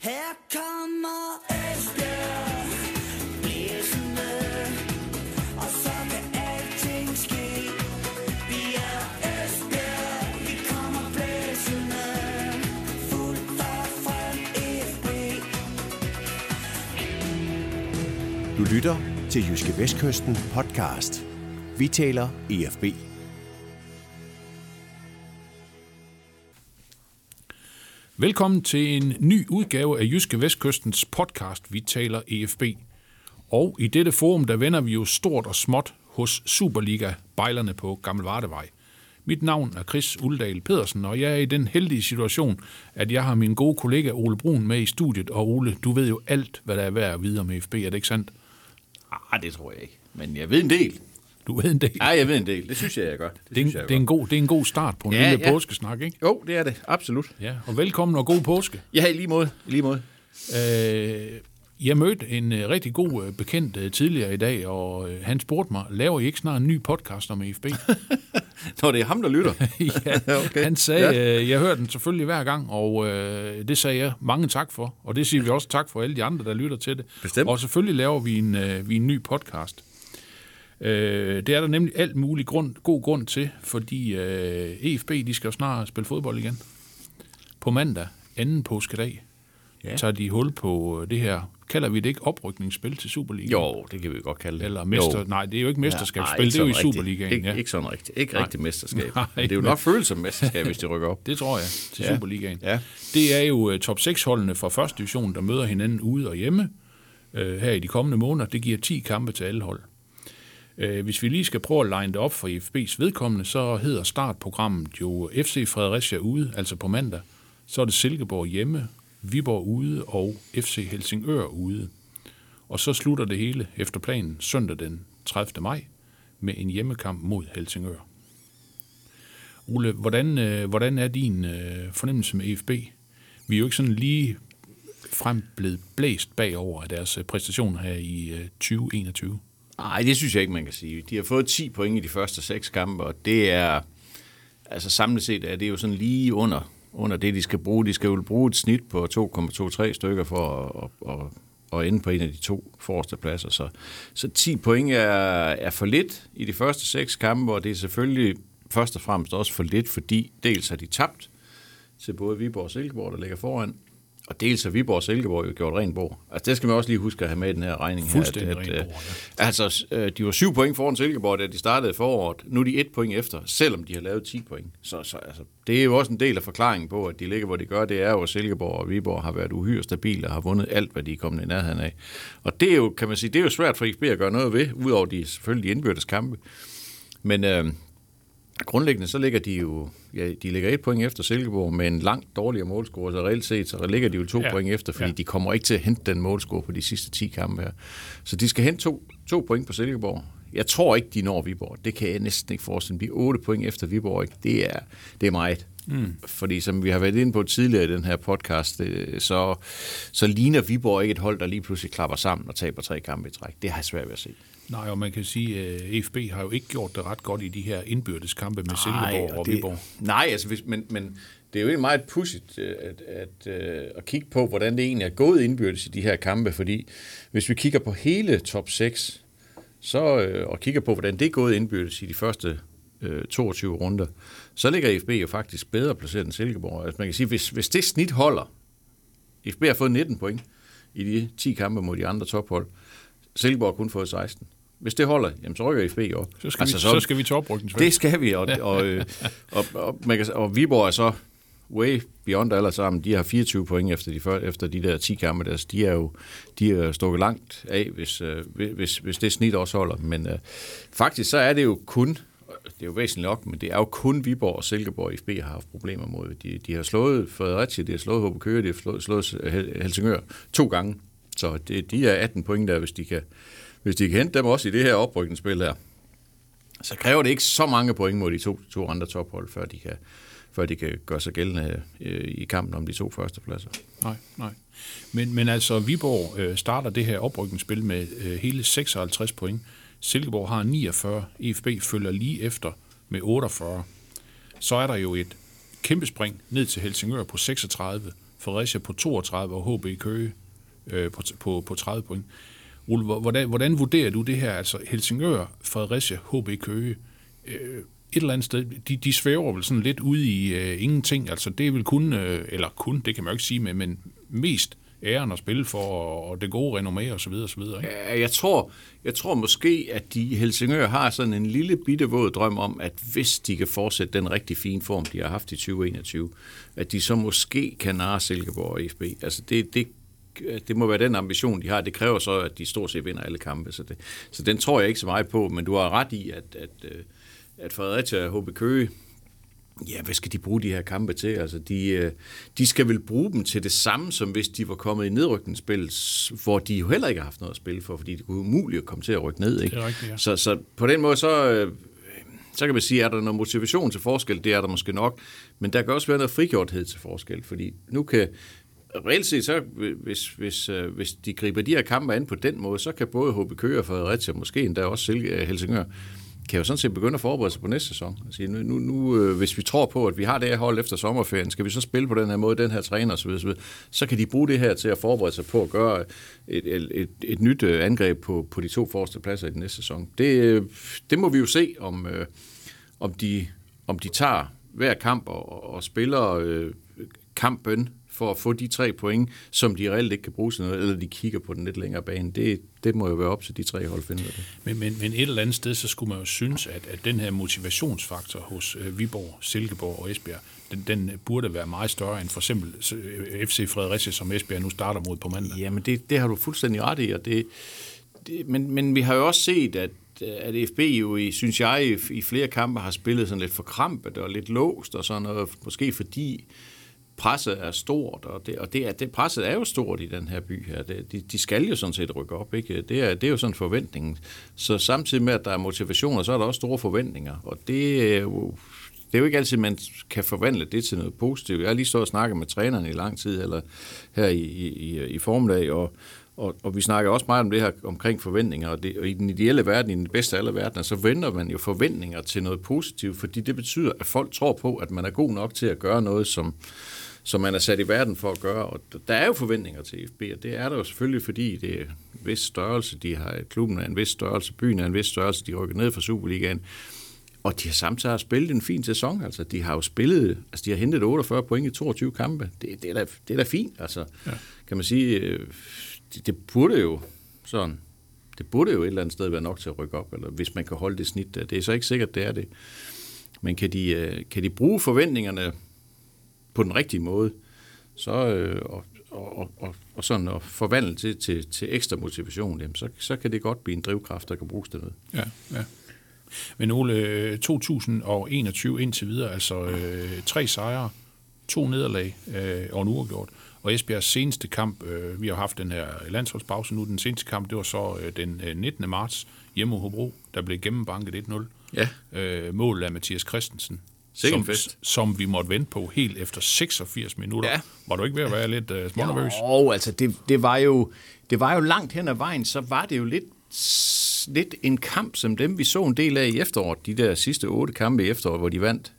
Her kommer Esbjerg blæsende, og så kan alting ske. Vi er Esbjerg, vi kommer blæsende, fuldt og frem FB. Du lytter til Jyske Vestkysten podcast. Vi taler EFB. Velkommen til en ny udgave af Jyske Vestkystens podcast, Vi taler EFB. Og i dette forum, der vender vi jo stort og småt hos Superliga-bejlerne på Gammel Vardevej. Mit navn er Chris Uldal Pedersen, og jeg er i den heldige situation, at jeg har min gode kollega Ole Brun med i studiet. Og Ole, du ved jo alt, hvad der er værd at vide om EFB, er det ikke sandt? Det tror jeg ikke, men jeg ved en del. Du ved en del? Ja, jeg ved en del. Det synes jeg godt. Det er en god start på en lille påskesnak, ikke? Jo, det er det. Absolut. Ja, og velkommen og god påske. Ja, i lige måde. Jeg mødte en rigtig god bekendt tidligere i dag, og han spurgte mig, laver I ikke snart en ny podcast om EFB? Når det er ham, der lytter? Ja, okay. Han sagde, jeg hører den selvfølgelig hver gang, og det sagde jeg mange tak for. Og det siger vi også tak for alle de andre, der lytter til det. Bestemt. Og selvfølgelig laver vi en ny podcast. Det er der nemlig alt mulig god grund til, fordi EFB, de skal jo snart spille fodbold igen. På mandag, anden påskedag, tager de hul på det her, kalder vi det ikke oprykningsspil til Superligaen? Jo, det kan vi godt kalde det. Eller nej, det er jo ikke mesterskabsspil, det er jo i Superligaen. Ikke sådan rigtigt. Ikke rigtigt mesterskab. Men det er jo nok følelse som mesterskab, hvis de rykker op. Det tror jeg, til Superligaen. Ja. Det er jo top 6-holdene fra første division, der møder hinanden ude og hjemme her i de kommende måneder. Det giver 10 kampe til alle hold. Hvis vi lige skal prøve at line det op for IFB's vedkommende, så hedder startprogrammet jo FC Fredericia ude, altså på mandag. Så er det Silkeborg hjemme, Viborg ude og FC Helsingør ude. Og så slutter det hele efter planen søndag den 30. maj med en hjemmekamp mod Helsingør. Ole, hvordan er din fornemmelse med EFB? Vi er jo ikke sådan lige frem blevet blæst bagover af deres præstationer her i 2021. Nej, det synes jeg ikke, man kan sige. De har fået 10 point i de første 6 kampe, og det er, altså samlet set er det jo sådan lige under det, de skal bruge. De skal jo bruge et snit på 2,23 stykker for at ende på en af de 2 forreste pladser. Så 10 point er for lidt i de første 6 kampe, og det er selvfølgelig først og fremmest også for lidt, fordi dels har de tabt til både Viborg og Silkeborg, der ligger foran, og dels har Viborg og Silkeborg jo gjort rent bord. Altså det skal man også lige huske at have med i den her regning. Fuldstændig rent bord, ja. Altså, de var 7 point foran Silkeborg, da de startede foråret. Nu er de 1 point efter, selvom de har lavet 10 point. Så altså, det er jo også en del af forklaringen på, at de ligger, hvor de gør. Det er jo, at Silkeborg og Viborg har været uhyre stabile og har vundet alt, hvad de er kommet i nærheden af. Og det er jo, kan man sige, det er jo svært for IFB at gøre noget ved, udover de selvfølgelig de indbyrdes kampe. Men grundlæggende så ligger de jo, de ligger 1 point efter Silkeborg med en langt dårligere målscore, så reelt set så ligger de jo 2 point efter, fordi de kommer ikke til at hente den målscore på de sidste 10 kampe her. Så de skal hente 2 point på Silkeborg. Jeg tror ikke, de når Viborg. Det kan jeg næsten ikke forestille. De 8 point efter Viborg, ikke? Det er meget. Fordi som vi har været inde på tidligere i den her podcast, så ligner Viborg ikke et hold, der lige pludselig klapper sammen og taber 3 kampe i træk. Det har jeg svært ved at se. Nej, og man kan sige, at EFB har jo ikke gjort det ret godt i de her indbyrdeskampe med Silkeborg og Viborg. Nej, altså, men det er jo egentlig meget pudsigt at kigge på, hvordan det egentlig er gået indbyrdes i de her kampe, fordi hvis vi kigger på hele top 6, og kigger på, hvordan det er gået indbyrdes i de første 22 runder, så ligger EFB jo faktisk bedre placeret end Silkeborg. Altså man kan sige, hvis det snit holder, EFB har fået 19 point i de 10 kampe mod de andre tophold, Silkeborg har kun fået 16. Hvis det holder, jamen så rykker FB op. Så skal vi til oprykningsspil. Det skal vi, og Viborg er så way beyond alle sammen. De har 24 point efter de der 10 kampe. De er stukket langt af, hvis det snit også holder. Men faktisk så er det jo kun, det er jo væsentligt nok, men det er jo kun Viborg og Silkeborg, FB har haft problemer mod. De har slået Fredericia, de har slået HB Køge, de har slået Helsingør 2 gange. Så de er 18 point der, hvis de kan hente dem også i det her oprykningsspil her. Så kræver det ikke så mange point mod de to andre tophold, før de kan gøre sig gældende i kampen om de 2 første pladser. Nej. Men altså, Viborg starter det her oprykningsspil med hele 56 point. Silkeborg har 49. EFB følger lige efter med 48. Så er der jo et kæmpe spring ned til Helsingør på 36. Fredericia på 32 og HB Køge på 30 point. Ole, hvordan vurderer du det her? Altså Helsingør, Fredericia, HB Køge, et eller andet sted, de svæver vel sådan lidt ude i ingenting. Altså det er vel kun, det kan man jo ikke sige, men mest æren at spille for, og det gode renommé og så videre, og så videre. Ikke? Ja, jeg tror måske, at de Helsingør har sådan en lille bitte våd drøm om, at hvis de kan fortsætte den rigtig fine form, de har haft i 2021, at de så måske kan narre Silkeborg og FB. Altså det må være den ambition, de har. Det kræver så, at de stort set vinder alle kampe. Så den tror jeg ikke så meget på, men du har ret i, at Fredericia og HB Køge, ja, hvad skal de bruge de her kampe til? Altså, de skal vel bruge dem til det samme, som hvis de var kommet i nedrykningsspil, hvor de jo heller ikke har haft noget at spille for, fordi det kunne umuligt at komme til at rykke ned. Ikke? Det er rigtigt, ja. Så på den måde, så kan man sige, at er der noget motivation til forskel? Det er der måske nok, men der kan også være noget frigjorthed til forskel, fordi nu kan reelt set, så hvis de griber de her kampe an på den måde, så kan både HB Køge og Fredericia, måske endda også Helsingør, kan jo sådan set begynde at forberede sig på næste sæson. Altså, nu, hvis vi tror på, at vi har det her hold efter sommerferien, skal vi så spille på den her måde, den her træner osv., så kan de bruge det her til at forberede sig på at gøre et nyt angreb på de 2 forreste pladser i den næste sæson. Det må vi jo se, om de tager hver kamp og spiller kampen for at få de 3 point, som de reelt ikke kan bruge til noget, eller de kigger på den lidt længere bane. Det må jo være op til de 3 hold finde det. Men et eller andet sted, så skulle man jo synes, at den her motivationsfaktor hos Viborg, Silkeborg og Esbjerg, den burde være meget større end for eksempel FC Fredericia, som Esbjerg nu starter mod på mandag. Jamen, det har du fuldstændig ret i, og men vi har jo også set, at FB jo, synes jeg, i flere kampe har spillet sådan lidt forkrampet og lidt låst og sådan noget, måske fordi presset er stort, og det presset er jo stort i den her by her. De skal jo sådan set rykke op, ikke? Det er jo sådan forventningen. Så samtidig med, at der er motivationer, så er der også store forventninger, og det er jo ikke altid, man kan forvandle det til noget positivt. Jeg har lige stået og snakket med trænerne i lang tid, eller her i formiddag, og vi snakker også meget om det her omkring forventninger, og i den ideelle verden, i den bedste af alle verdener, så vender man jo forventninger til noget positivt, fordi det betyder, at folk tror på, at man er god nok til at gøre noget, som man er sat i verden for at gøre. Og der er jo forventninger til FB, og det er der jo selvfølgelig, fordi det er en vis størrelse, de har klubben er en vis størrelse, byen er en vis størrelse, de rykker ned fra Superligaen, og de har samtidig spillet en fin sæson. Altså, de har jo spillet, altså de har hentet 48 point i 22 kampe. Det er da fint, altså. Ja. Kan man sige, det burde jo et eller andet sted være nok til at rykke op, eller hvis man kan holde det snit der. Det er så ikke sikkert, det er det. Men kan de bruge forventningerne på den rigtige måde, så og sådan at forvandle til ekstra motivation, jamen, så kan det godt blive en drivkraft, der kan bruges til noget. Ja. Men Ole, 2021 indtil videre, altså 3 sejre, 2 nederlag og en uafgjort. Og Esbjergs seneste kamp, vi har haft den her landsholdspause nu, den seneste kamp, det var så den 19. marts hjemme mod Hobro, der blev gennembanket 1-0. Ja. Mål af Mathias Christensen, som vi måtte vente på helt efter 86 minutter. Ja. Var du ikke ved at være lidt smånervøs? Jo, altså det var jo langt hen ad vejen, så var det jo lidt en kamp, som dem vi så en del af i efteråret, de der sidste 8 kampe i efteråret, hvor de vandt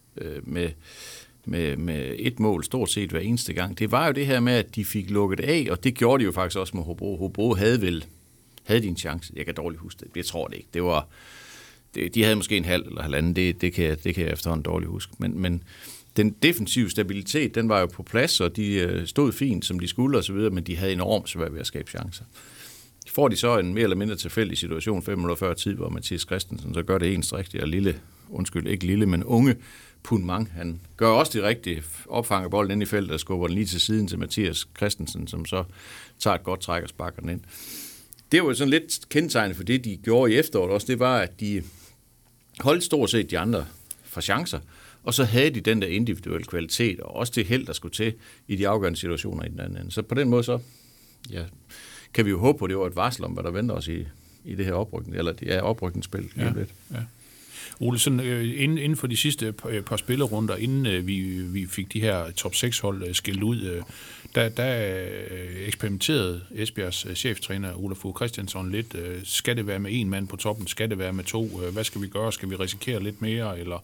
med 1 mål stort set hver eneste gang. Det var jo det her med, at de fik lukket af, og det gjorde de jo faktisk også med Hobro. Hobro havde de en chance. Jeg kan dårligt huske det. Jeg tror det ikke. De havde måske en halv eller halvanden. Det kan jeg efterhånden dårligt huske. Men den defensive stabilitet, den var jo på plads, og de stod fint, som de skulle og så videre, men de havde enormt svært ved at skabe chancer. Får de så en mere eller mindre tilfældig situation 5 minutter før tid, hvor Mathias Christensen så gør det eneste rigtigt, og ikke lille, men unge Punmang, han gør også det rigtige, opfanger bolden ind i feltet og skubber den lige til siden til Mathias Christensen, som så tager et godt træk og sparker den ind. Det var jo sådan lidt kendetegnet for det, de gjorde i efteråret også, det var, at de holdt stort set de andre for chancer, og så havde de den der individuelle kvalitet, og også det held, der skulle til i de afgørende situationer i den anden ende. Så på den måde så, ja, kan vi jo håbe på, det var et varsel om, hvad der venter os i det her oprykningsspil. Ja. Ole, sådan, inden for de sidste par spillerunder, inden vi fik de her top 6 hold skilt ud, der eksperimenterede Esbjergs cheftræner Olaf Fogh Christiansson lidt. Skal det være med 1 mand på toppen? Skal det være med 2? Hvad skal vi gøre? Skal vi risikere lidt mere? Eller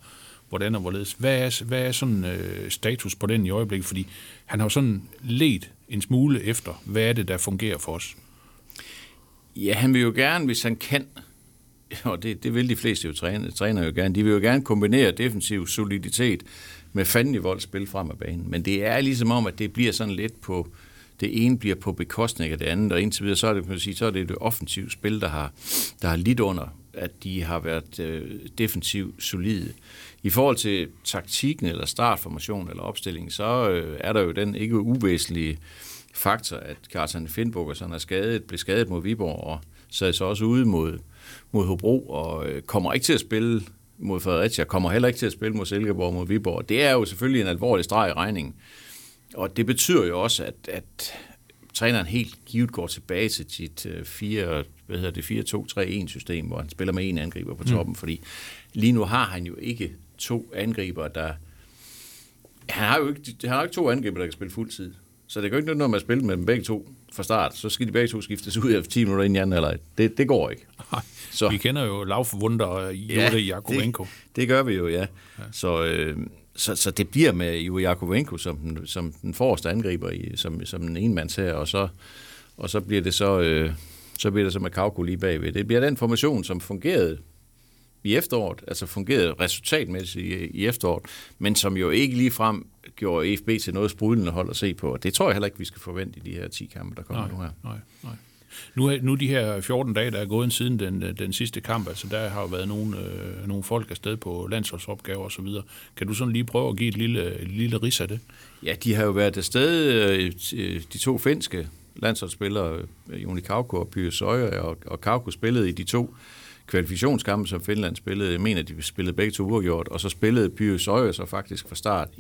hvordan og hvorledes. Hvad er sådan status på den i øjeblikket? Fordi han har jo sådan ledt en smule efter, hvad er det, der fungerer for os? Ja, han vil jo gerne, hvis han kan, og det vil de fleste jo træner jo gerne, de vil jo gerne kombinere defensiv soliditet med fandenivoldspil frem af banen. Men det er ligesom om, at det bliver sådan lidt på, det ene bliver på bekostning af det andet, og indtil videre, så er det, kan man sige, så er det offensive spil, der har lidt under, at de har været defensivt solide. I forhold til taktikken, eller startformation, eller opstilling, så er der jo den ikke uvæsentlige faktor, at Carsten Finnboga sådan blev skadet mod Viborg, og sad så også ude mod Hobro, og kommer ikke til at spille mod Fredericia, kommer heller ikke til at spille mod Silkeborg, mod Viborg. Det er jo selvfølgelig en alvorlig streg i regningen. Og det betyder jo også, at træneren helt givet går tilbage til sit 4-2-3-1-system, hvor han spiller med en angriber på toppen, fordi lige nu har han jo ikke to angriber, der... Han har jo ikke to angriber, der kan spille fuld tid. Så det gør ikke noget, når man spiller med dem begge to fra start. Så skal de begge to skiftes ud efter 10 minutter inden i anden halvleg. Det går ikke. Så. Vi kender jo Laufwunder Jure Jakovenko. Det gør vi jo, ja. Så det bliver med Jure Jakovenko som den forreste angriber, som den enmands her, og så bliver det så med Kauko lige bagved. Det bliver den formation, som fungerede i efteråret, altså fungerede resultatmæssigt i efteråret, men som jo ikke ligefrem gjorde EFB til noget sprudlende hold at se på. Det tror jeg heller ikke, vi skal forvente i de her 10 kampe, der kommer nu her. Nej. Nu de her 14 dage, der er gået siden den sidste kamp, altså der har jo været nogle folk afsted på landsholdsopgaver og så videre. Kan du sådan lige prøve at give et lille rids af det? Ja, de har jo været afsted, de to finske landsholdsspillere, Joni Kauko og Pyre Søje, og Kauko spillede i de to kvalifikationskampe, som Finland spillede. Jeg mener, de spillede begge to uafgjort, og så spillede Pyre Søje så faktisk fra start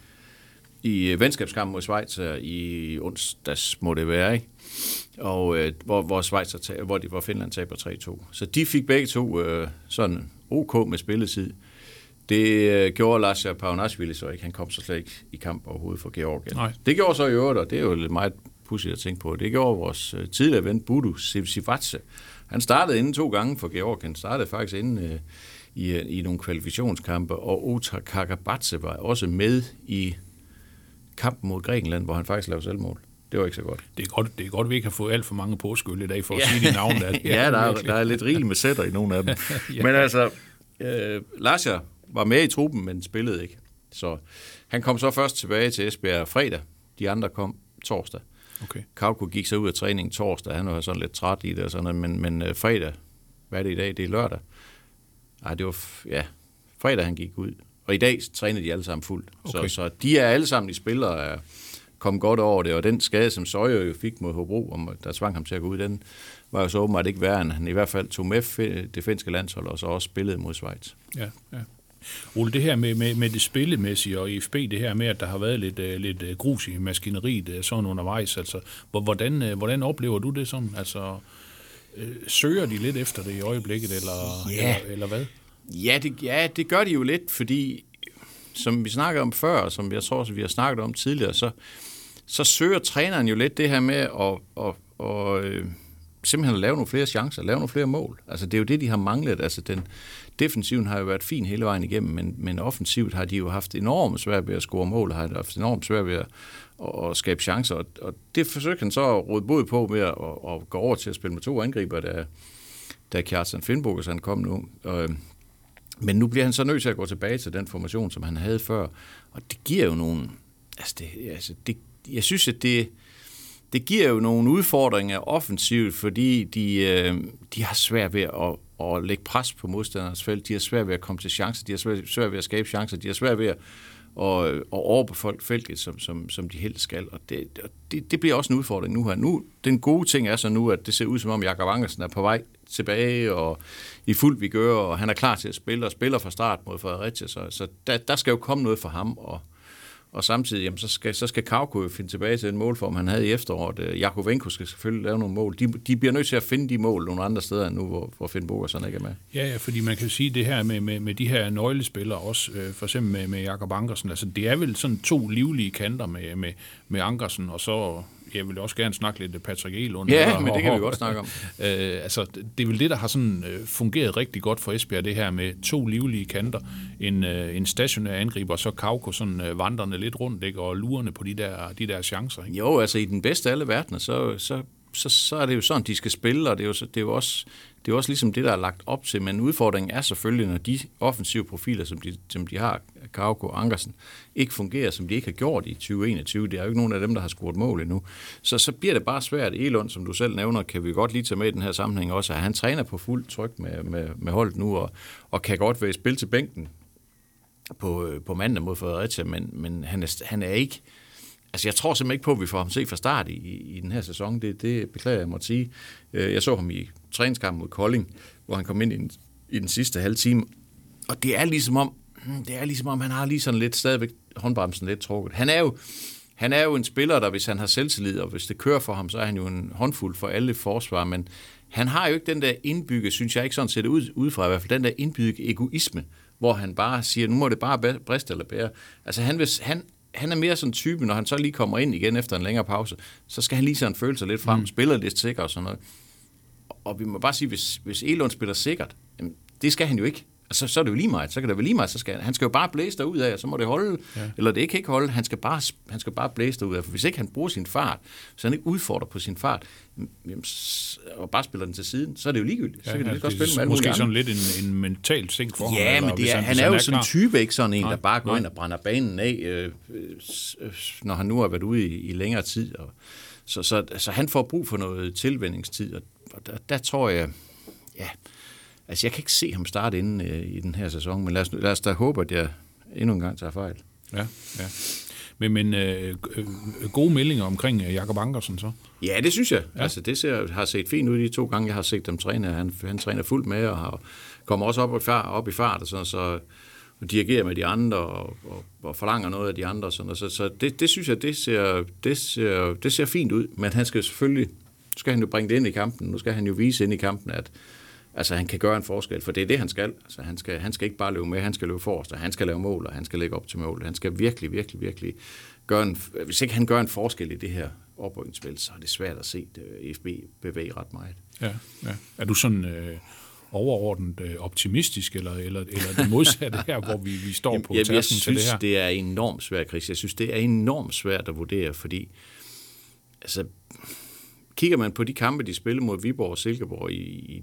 i venskabskampen mod Schweiz i onsdags, må det være, ikke? Og hvor Finland taber 3-2. Så de fik begge to sådan OK med spilletid. Det gjorde Lasha Paunashvili så ikke. Han kom så slet ikke i kamp overhovedet for Georgien. Nej. Det gjorde så i øvrigt, og det er jo lidt meget pudsigt at tænke på. Det gjorde vores tidligere ven Budu Sivcivatse. Han startede inden 2 gange for Georgien. Han startede faktisk inden i nogle kvalifikationskampe, og Otar Kagabatse var også med i kampen mod Grækenland, hvor han faktisk lavede selvmål. Det var ikke så godt. Det er godt, vi ikke har fået alt for mange påskyld i dag for at sige de navne. Ja, der er lidt rigeligt med sætter i nogle af dem. Ja. Men altså, Lasha var med i truppen, men spillede ikke. Så han kom så først tilbage til Esbjerg fredag. De andre kom torsdag. Okay. Kauko gik så ud af træningen torsdag. Han var sådan lidt træt i det og sådan noget, men fredag, hvad er det i dag? Det er lørdag. Nej, det var fredag han gik ud. Og i dag trænede de alle sammen fuldt. Okay. Så de er alle sammen, de spillere, kom godt over det, og den skade, som Søje jo fik mod Hobro, der tvang ham til at gå ud, den var jo så åbenbart ikke værre, end han i hvert fald tog med det finske landshold, og så også spillede mod Schweiz. Ja. Ole, det her med det spillemæssige og IFB, det her med, at der har været lidt grus i maskineriet sådan undervejs, altså, hvordan oplever du det sådan? Altså, søger de lidt efter det i øjeblikket, eller hvad? Ja, det gør de jo lidt, fordi som vi snakkede om før, og som jeg tror også, vi har snakket om tidligere, så søger træneren jo lidt det her med at simpelthen at lave nogle flere chancer, lave nogle flere mål. Altså det er jo det, de har manglet. Altså defensiven har jo været fin hele vejen igennem, men offensivt har de jo haft enormt svært ved at score mål, har de haft enormt svært ved at skabe chancer, og det forsøgte han så at råde bod på med at gå over til at spille med 2 angriber, da Kjartan Finnboga han kom nu. Men nu bliver han så nødt til at gå tilbage til den formation, som han havde før, og det giver jo nogle... jeg synes, at det giver jo nogle udfordringer offensivt, fordi de har svært ved at lægge pres på modstandernes felt, de har svært ved at komme til chancer, de har svært ved at skabe chancer, de har svært ved at overbefolke feltet, som de helst skal, og det bliver også en udfordring nu her. Nu, den gode ting er så nu, at det ser ud som om Jakob Ankersen er på vej tilbage, og i fuld vigør, og han er klar til at spille, og spiller fra start mod Fredericia, så der skal jo komme noget for ham, og samtidig, jamen, så skal Kauko jo finde tilbage til den målform, han havde i efteråret. Jakovenko skal selvfølgelig lave nogle mål. De bliver nødt til at finde de mål nogle andre steder end nu, hvor Finnboga sådan ikke er med. Ja, fordi man kan sige det her med de her nøglespillere også, for eksempel med Jakob Ankersen. Altså, det er vel sådan 2 livlige kanter med Ankersen, og så jeg vil også gerne snakke lidt Patrick Egelund. Ja, men det kan vi godt snakke om. Altså, det er vel det, der har sådan fungeret rigtig godt for Esbjerg, det her med 2 livlige kanter, en stationær angriber, og så Kauko sådan vandrende lidt rundt, ikke, og lurende på de der chancer. Ikke? Jo, altså i den bedste af alle verdener, så er det jo sådan, de skal spille, og det er jo også ligesom det, der er lagt op til, men udfordringen er selvfølgelig, når de offensive profiler, som de har, Kauko og Ankersen, ikke fungerer, som de ikke har gjort i 2021. Det er jo ikke nogen af dem, der har scoret mål endnu. Så bliver det bare svært. Elund, som du selv nævner, kan vi godt lige tage med i den her sammenhæng også, at han træner på fuld tryk med holdet nu, og kan godt være i spil til bænken på mandag mod Fredericia, men han er ikke... Altså, jeg tror simpelthen ikke på, at vi får ham se fra start i den her sæson. Det beklager jeg måtte sige. Jeg så ham i træningskampen mod Kolding, hvor han kom ind i den sidste halve time. Og det er ligesom om, han har lige sådan lidt stadigvæk håndbremsen lidt trukket. Han er jo en spiller, der hvis han har selvtillid, og hvis det kører for ham, så er han jo en håndfuld for alle forsvar. Men han har jo ikke den der indbygge, synes jeg ikke sådan set udefra, i hvert fald den der indbygge egoisme, hvor han bare siger, nu må det bare briste eller bære. Altså, han er mere sådan en type, når han så lige kommer ind igen efter en længere pause, så skal han lige sådan føle sig lidt frem, spiller lidt sikkert og sådan noget. Og vi må bare sige, hvis Elund spiller sikkert, jamen, det skal han jo ikke. Altså, så er det jo lige meget. Så kan det være lige meget. Han skal jo bare blæse derud af, og så må det holde. Ja. Eller det kan ikke holde. Han skal bare blæse derud af. For hvis ikke han bruger sin fart, så han ikke udfordrer på sin fart, og bare spiller den til siden, så er det jo ligegyldigt. Så kan det godt spille med alle mulige måske sådan lidt en mental ting for ham. Ja, men han er jo sådan en type, ikke sådan en, der bare går ind og brænder banen af, når han nu har været ude i længere tid. Så han får brug for noget tilvænningstid, og der tror jeg, ja... Altså, jeg kan ikke se ham starte inden i den her sæson, men lad os da håbe, at jeg endnu en gang tager fejl. Ja. Men gode meldinger omkring Jakob Ankersen så? Ja, det synes jeg. Ja. Altså, har set fint ud de 2 gange, jeg har set dem træne. Han træner fuldt med, og kommer også op i fart, og sådan, så og dirigerer med de andre, og forlanger noget af de andre. Sådan, så det synes jeg, det ser fint ud. Men han skal selvfølgelig, skal han jo bringe det ind i kampen. Nu skal han jo vise ind i kampen, at altså, han kan gøre en forskel, for det er det, han skal. Altså, han skal ikke bare løbe med, han skal løbe forrest, og han skal lave mål, og han skal lægge op til mål. Han skal virkelig, virkelig, virkelig gøre hvis ikke han gør en forskel i det her oprykningsspil, så er det svært at se FB bevæge ret meget. Ja. Er du sådan overordnet optimistisk, eller det modsatte her, hvor vi står på tærsken til det her? Jeg synes, det er enormt svært, Chris. Jeg synes, det er enormt svært at vurdere, fordi altså, kigger man på de kampe, de spillede mod Viborg og Silkeborg i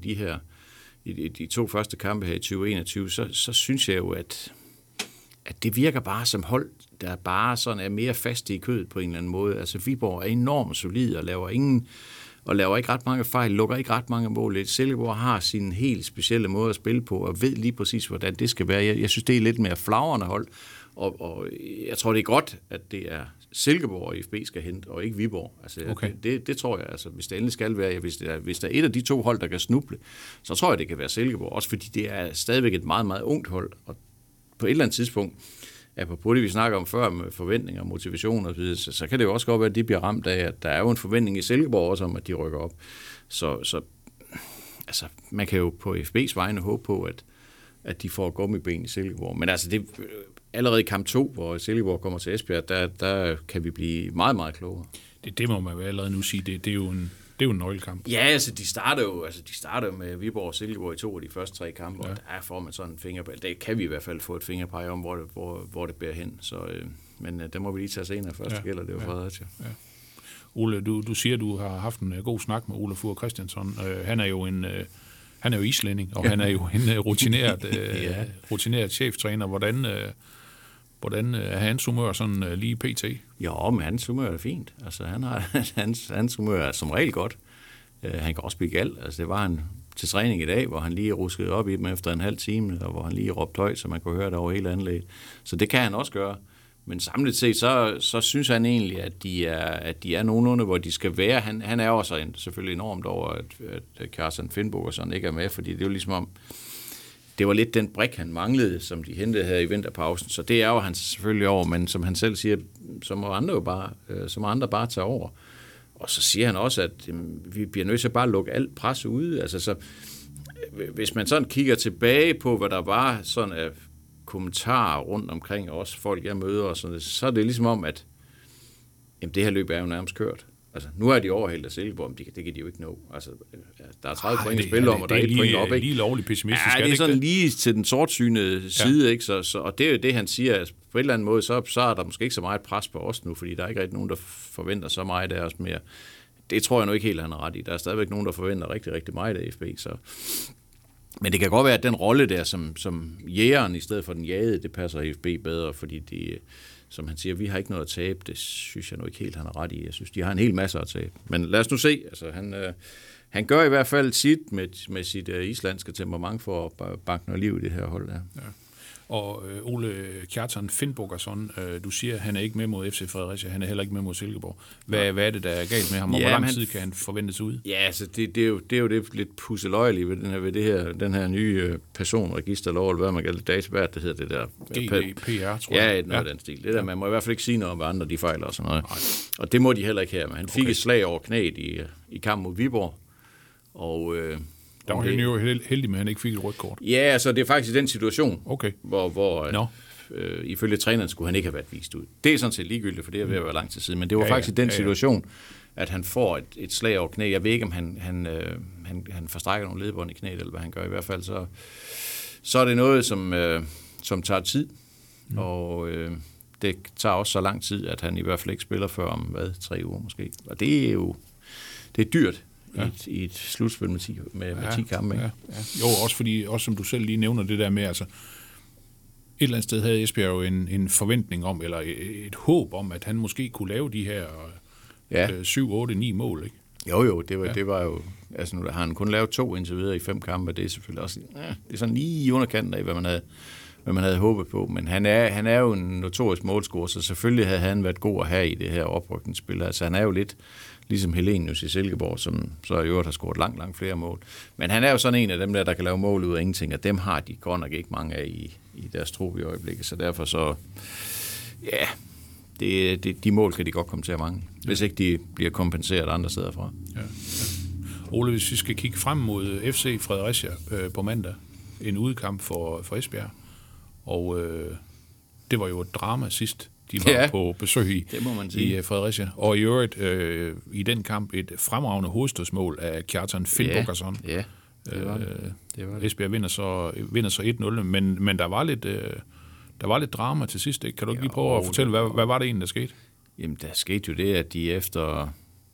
de 2 første kampe her i 2021, så synes jeg jo, at det virker bare som hold, der bare sådan er mere fast i kødet på en eller anden måde. Altså Viborg er enormt solid og laver ikke ret mange fejl, lukker ikke ret mange mål. Silkeborg har sin helt specielle måde at spille på, og ved lige præcis, hvordan det skal være. Jeg synes, det er lidt mere flagrende hold, og jeg tror, det er godt, at det er Silkeborg og FB skal hente, og ikke Viborg. Altså, okay. Det tror jeg, altså, hvis det endelig skal være. Hvis der er et af de 2 hold, der kan snuble, så tror jeg, det kan være Silkeborg. Også fordi det er stadigvæk et meget, meget ungt hold, og på et eller andet tidspunkt, apropos det, vi snakker om før med forventninger og motivation og så kan det jo også godt være, at de bliver ramt af, at der er jo en forventning i Silkeborg også om, at de rykker op. Så altså, man kan jo på FB's vegne håbe på, at de får gummiben i Silkeborg. Men altså, det allerede i kamp 2, hvor Silkeborg kommer til Esbjerg, der kan vi blive meget, meget klogere. Det må man jo allerede nu sige. Det er jo en nøglekamp. Ja, altså de starter jo med Viborg og Silkeborg i 2 af de første 3 kampe, og der får man sådan en fingerpeg. Det kan vi i hvert fald få et fingerpeg om, hvor det bærer hen. Så, men det må vi lige tage senere. Først gælder det jo Fredericia. Ja. Ole, du siger, du har haft en god snak med Ole Fur Christiansson. Han er jo islænding, og han er jo en rutineret cheftræner. Hvordan er hans humør sådan lige pt? Jo, men hans humør er fint. Altså, hans humør er som regel godt. Han kan også blive gal. Altså, det var han til træning i dag, hvor han lige ruskede op i dem efter en halv time, og hvor han lige råbte højt, så man kunne høre det over hele anlægget. Så det kan han også gøre. Men samlet set, så synes han egentlig, at de er nogenlunde, hvor de skal være. Han er også selvfølgelig enormt over, at Carsten Finnboga sådan ikke er med, fordi det er jo ligesom om, det var lidt den brik, han manglede, som de hentede her i vinterpausen. Så det er jo han selvfølgelig over, men som han selv siger, så må andre bare tage over. Og så siger han også, at vi bliver nødt til at bare lukke alt pres ude. Altså, så, hvis man sådan kigger tilbage på, hvad der var sådan af kommentarer rundt omkring, også folk jeg møder, og sådan, så er det ligesom om, at det her løb er jo nærmest kørt. Altså, nu er de overhældt af Silkeborg, men det kan de jo ikke nå. Altså, der er 30 point i spil om, og der er 1 point op, ikke? Lige lovligt pessimistisk. Ja, det er sådan lige til den sortsynede side, ikke? Og det er jo det, han siger. Altså, på en eller anden måde, så er der måske ikke så meget pres på os nu, fordi der er ikke rigtig nogen, der forventer så meget af os mere. Det tror jeg nu ikke helt, han har ret i. Der er stadigvæk nogen, der forventer rigtig, rigtig meget af FB, så... Men det kan godt være, at den rolle der, som jægeren i stedet for den jagede, det passer FB bedre, fordi de, som han siger, vi har ikke noget at tabe. Det synes jeg nu ikke helt, han har ret i. Jeg synes, de har en hel masse at tabe. Men lad os nu se. Altså, han gør i hvert fald sit med sit islandske temperament for at banke noget liv i det her hold der. Ja. Og Ole Kjartan Finnbogason, du siger, at han er ikke med mod FC Fredericia, han er heller ikke med mod Silkeborg. Hvad er det, der er galt med ham, og hvor lang tid kan han forventes ud? Ja, altså det er jo det lidt pusseløjelige ved den her nye personregisterlov, eller hvad man kalder det, hvad det hedder det der? GDPR, tror jeg. Ja, noget af den stil. Det der, man må i hvert fald ikke sige noget om, hvad andre de fejler og sådan noget. Nej. Og det må de heller ikke her, men han fik et slag over knæet i kampen mod Viborg, og... Der var han jo heldig med, at han ikke fik et rødt kort. Ja, altså det er faktisk den situation, okay. hvor ifølge træneren skulle han ikke have været vist ud. Det er sådan set ligegyldigt, for det er ved at være lang tid siden, men det var faktisk den situation, at han får et slag over knæ. Jeg ved ikke, om han forstrækker nogle ledbånd i knæet, eller hvad han gør. I hvert fald så er det noget, som tager tid, og det tager også så lang tid, at han i hvert fald ikke spiller før om 3 uger måske. Og det er jo dyrt. Ja. I et slutspil med 10 kampe. Ja. Jo, også fordi, også som du selv lige nævner det der med, altså et eller andet sted havde Esbjerg jo en forventning om, eller et håb om, at han måske kunne lave de her 7, 8, 9 mål, ikke? Jo, det var jo, altså nu har han kun lavet 2 indtil videre i 5 kampe, det er selvfølgelig også, det er sådan lige i underkanten af, hvad man havde håbet på, men han er jo en notorisk målscorer, så selvfølgelig havde han været god at have i det her oprykningsspil. Altså han er jo lidt ligesom Helenius i Silkeborg, som så i øvrigt har scoret langt flere mål. Men han er jo sådan en af dem der kan lave mål ud af ingenting, og dem har de godt nok ikke mange af i deres trup i øjeblikket, så derfor så, ja, de mål kan de godt komme til at mangle, hvis ikke de bliver kompenseret andre steder fra. Ja. Ole, hvis vi skal kigge frem mod FC Fredericia på mandag, en udkamp for Esbjerg, og det var jo et drama sidst, de var på besøg i Fredericia. Og i øvrigt i den kamp et fremragende hovedstødsmål af Kjartan Finnbogason. Ja, det var det. Esbjerg vinder så 1-0, men der var lidt drama til sidst, ikke? Kan du ikke lige prøve at fortælle, hvad var det egentlig, der skete? Jamen, der skete jo det, at de efter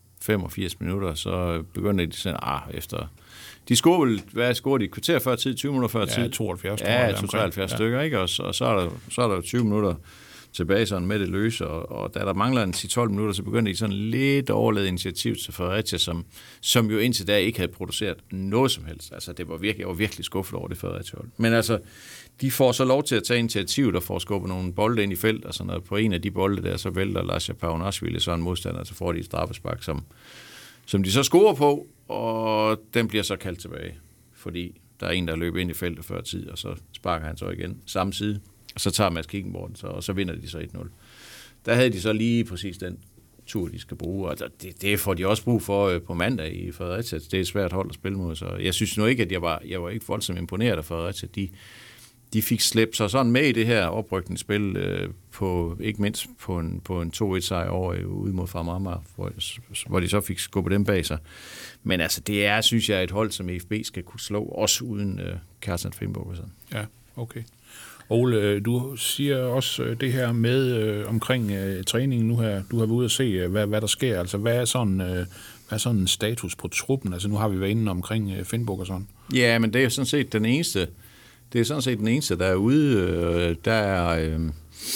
85 minutter, så begyndte de sådan, efter... De scorede de? Et kvarter før tid, 20 minutter før tid? Ja, 72. Ja, 72 stykker, ikke? Og så er der 20 minutter tilbage sådan med det løse, og da der mangler en 10-12 minutter, så begyndte de sådan lidt overladet initiativ til Fredericia, som jo indtil da ikke havde produceret noget som helst. Altså, jeg var virkelig skuffet over det Fredericia. Men altså, de får så lov til at tage initiativ, der får skubbet nogle bolde ind i felt, og sådan noget. På en af de bolde der, så vælter Lasha Paunashvili så en modstander, så får de et straffespark, som de så scorer på, og den bliver så kaldt tilbage, fordi der er en, der løber ind i feltet før tid, og så sparker han så igen samme side. Og så tager Mads Kickenborg og så vinder de så 1-0. Der havde de så lige præcis den tur, de skal bruge, og det får de også brug for på mandag i Fredericia. Det er et svært hold at spille mod, så jeg synes nu ikke, at jeg var ikke voldsomt imponeret af Fredericia. De fik slæbt sig sådan med i det her oprykningsspil, ikke mindst på en 2-1-sejr over ude mod Fremad, hvor de så fik skubbet dem bag sig. Men altså, det er, synes jeg, et hold, som FB skal kunne slå, også uden Kjartan Finnbogason. Ja, okay. Ole, du siger også det her med omkring træningen nu her. Du har været ude at se, hvad der sker. Altså, hvad er sådan en status på truppen? Altså, nu har vi været inde omkring Finnbogason. Ja, men det er jo sådan set den eneste. Det er sådan set den eneste, der er ude. Der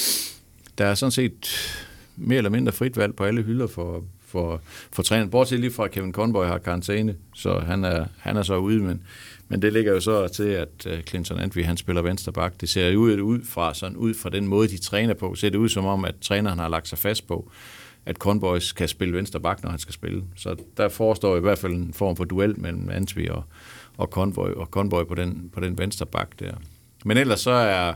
er sådan set mere eller mindre frit valg på alle hylder for træneren. Bortset lige fra, at Kevin Conboy har karantæne, så han er så ude, men det ligger jo så til, at Clinton Antwi, han spiller venstre bak. Det ser ud fra den måde, de træner på. Ser det ud som om, at træneren har lagt sig fast på, at Conboys kan spille venstre bak, når han skal spille. Så der forestår i hvert fald en form for duel mellem Antwi og Conboy på den venstre bak der. Men ellers så er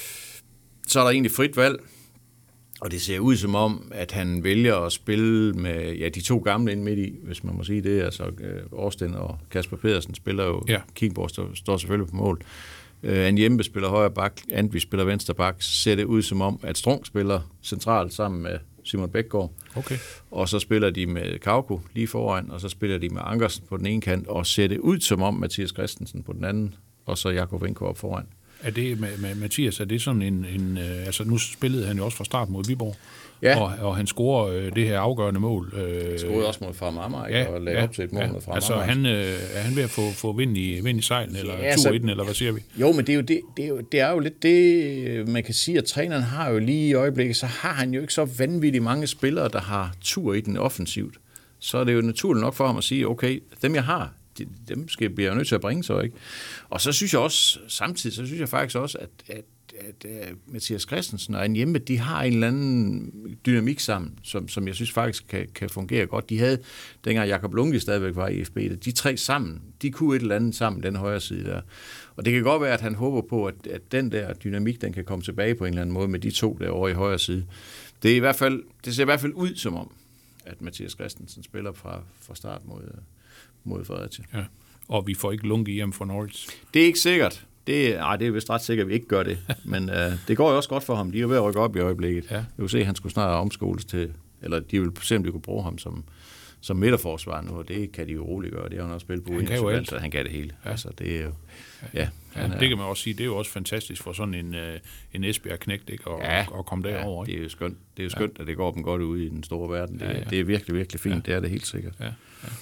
der egentlig frit valg, og det ser ud som om, at han vælger at spille med de 2 gamle inde midt i, hvis man må sige det. Altså Årsten og Kasper Pedersen spiller jo, Kickenborg står selvfølgelig på mål. Anjembe spiller højre bak, Antwi spiller venstre bak. Ser det ud som om, at Strunk spiller centralt sammen med Simon Bækgaard. Okay. Og så spiller de med Kauko lige foran, og så spiller de med Ankersen på den ene kant, og ser det ud som om Mathias Christensen på den anden, og så Jakovenko op foran. Er det med Mathias, er det sådan en altså nu spillede han jo også fra start mod Viborg, Ja. og han scorer det her afgørende mål. Skruede også mod Fremad Amager, og lagde op til et mål mod Fremad altså Amager. er han ved at få vind i sejlen, eller Ja, tur altså, i den, eller hvad siger vi? Jo, men det er jo lidt det, man kan sige, at træneren har jo lige i øjeblikket, så har han jo ikke så vanvittigt mange spillere, der har tur i den offensivt. Så er det jo naturligt nok for ham at sige, okay, dem jeg har, dem bliver jeg nødt til at bringe så, ikke? Og så synes jeg også, samtidig, så synes jeg faktisk også, at Mathias Christensen og en hjemme, de har en eller anden dynamik sammen, som jeg synes faktisk kan fungere godt. De havde, dengang Jakob Lundqvist stadigvæk var i FB, de tre sammen, de kunne et eller andet sammen, den højre side der. Og det kan godt være, at han håber på, at den der dynamik, den kan komme tilbage på en eller anden måde med de to derovre i højre side. Det ser i hvert fald ud som om, at Mathias Christensen spiller fra start mod Fredericia. Ja. Og vi får ikke Lunke hjem for Norwich. Det er ikke sikkert. Det er vist ret sikkert, at vi ikke gør det. Men det går jo også godt for ham. De er jo ved at rykke op i øjeblikket. Ja. Jeg vil se, at han skulle snart omskoles til, eller de vil se, om de kunne bruge ham som midterforsvar nu, og det kan de jo roligt gøre. Det har han også spillet på. Han kan jo alt. Så han kan det hele. Ja. Altså, det er jo... Ja, det kan man også sige. Det er jo også fantastisk for sådan en Esbjerg-knægt, ikke? Og komme derover. Ja, det er jo skønt. Det er jo skønt, at det går dem godt ud i den store verden. Det er virkelig, virkelig fint. Ja. Det er det helt sikkert. Ja.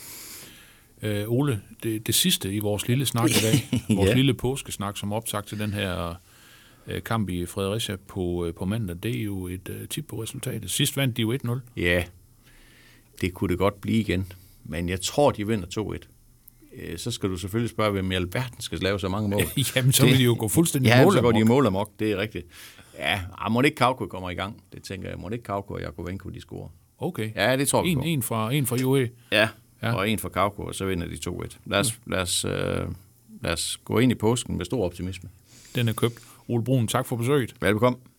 Ole, det sidste i vores lille snak i dag, vores lille påskesnak, som optakt til den her kamp i Fredericia på mandag, det er jo et tip på resultatet. Sidst vandt de jo 1-0. Ja, det kunne det godt blive igen, men jeg tror, de vinder 2-1. Så skal du selvfølgelig spørge, hvem i alverden skal lave så mange mål. Jamen, så vil de jo gå fuldstændig mål amok. Ja, så går de mål amok, det er rigtigt. Ja, må ikke Kauko kommer i gang, det tænker jeg. Må ikke Kauko og Jakovenko, de scorer. Okay. Ja, det tror vi på. En fra UE. Ja, og en fra Kauko, og så vinder de 2-1. Lad os gå ind i påsken med stor optimisme. Den er købt. Ole Brun, tak for besøget. Velbekomme.